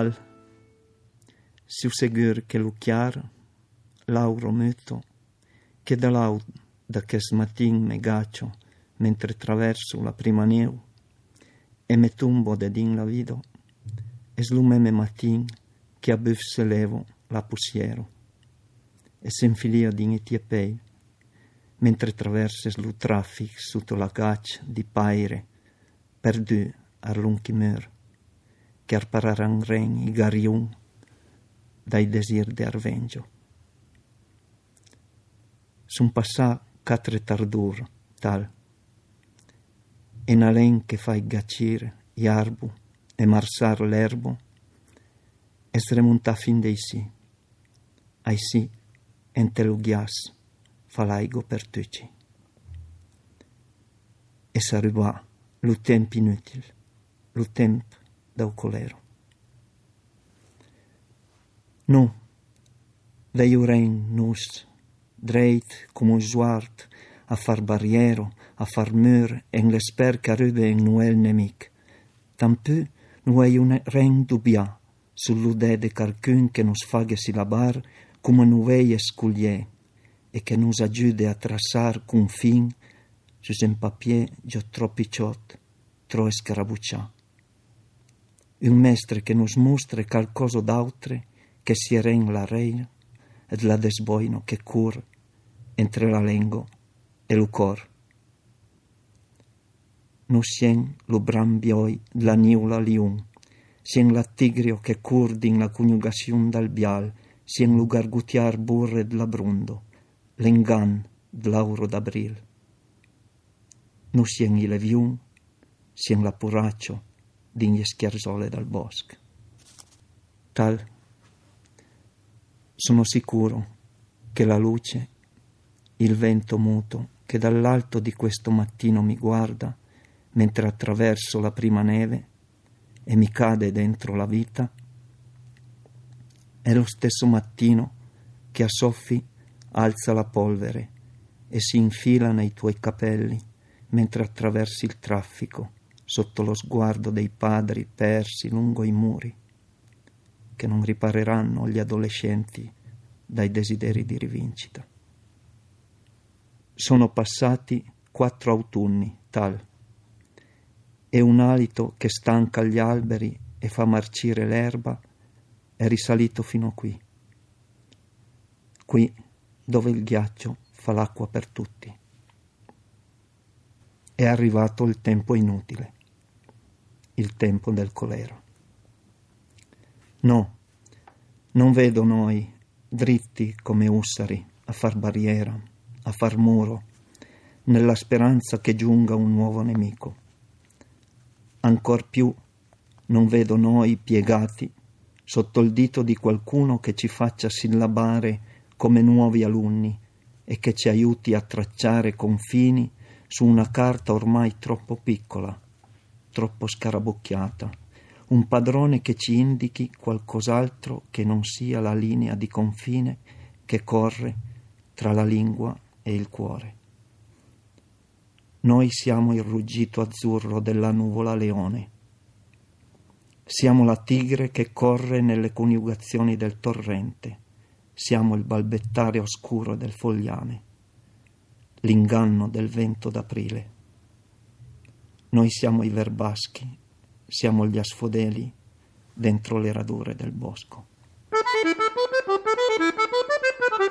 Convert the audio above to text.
tal, siu segur che lu chiar, l'auro muto, che da lau da ches matin me gaccio, mentre traverso la prima neu, e me tumbo de din la vido, es lu meme matin che a buf se levo la pusiero, e se infilia din i tiepei, mentre traverses lu traffic sotto la gaccia di paire, perdu ar lunchimeur, che ar pararan ren i gariun dai desir de arvengio. Sun passà 4 tardur, tal, e nalen che fai gacir i arbu e marsar l'erbo, es remunta fin dei sì, ai sì, ente lu ghias, falaigo per tuci. E s'arribà lu temp inutil, lu temp dau colero. Nu, veiu ren nus, dreit come zwart, a far barriero, a far mur, en l'esper carube en nuel nemic. Tampu nu ei un ren dubia, sull'ude de carcun che nos faghe silabar, come nu vei esculier, e che nos agiude a trassar cun fin, sus un papier gio tro picciot, tro escarabuccià. Un mestre che nos mostre qualcosa d'altre, che si eren la reina, ed la desboino che cur entre la lengo e lu cor. Nu sien lu brambioi la niula liun, sien la tigrio che cur din la coniugaziun dal bial, sien lu gargutiar burre la brundo, l'engan dell'auro d'abril. Nu sien i leviun, sien la puraccio din gli schiarzole dal bosco. Tal, sono sicuro che la luce, il vento muto che dall'alto di questo mattino mi guarda mentre attraverso la prima neve e mi cade dentro la vita, è lo stesso mattino che a soffi alza la polvere e si infila nei tuoi capelli mentre attraversi il traffico sotto lo sguardo dei padri persi lungo i muri, che non ripareranno gli adolescenti dai desideri di rivincita. Sono passati 4 autunni, tal, e un alito che stanca gli alberi e fa marcire l'erba è risalito fino qui, dove il ghiaccio fa l'acqua per tutti. È arrivato il tempo inutile, il tempo del colero. No, non vedo noi dritti come ussari a far barriera, a far muro, nella speranza che giunga un nuovo nemico. Ancor più non vedo noi piegati sotto il dito di qualcuno che ci faccia sillabare come nuovi alunni e che ci aiuti a tracciare confini su una carta ormai troppo piccola, troppo scarabocchiata, un padrone che ci indichi qualcos'altro che non sia la linea di confine che corre tra la lingua e il cuore. Noi siamo il ruggito azzurro della nuvola leone. Siamo la tigre che corre nelle coniugazioni del torrente. Siamo il balbettare oscuro del fogliame, l'inganno del vento d'aprile. Noi siamo i verbaschi, siamo gli asfodeli dentro le radure del bosco.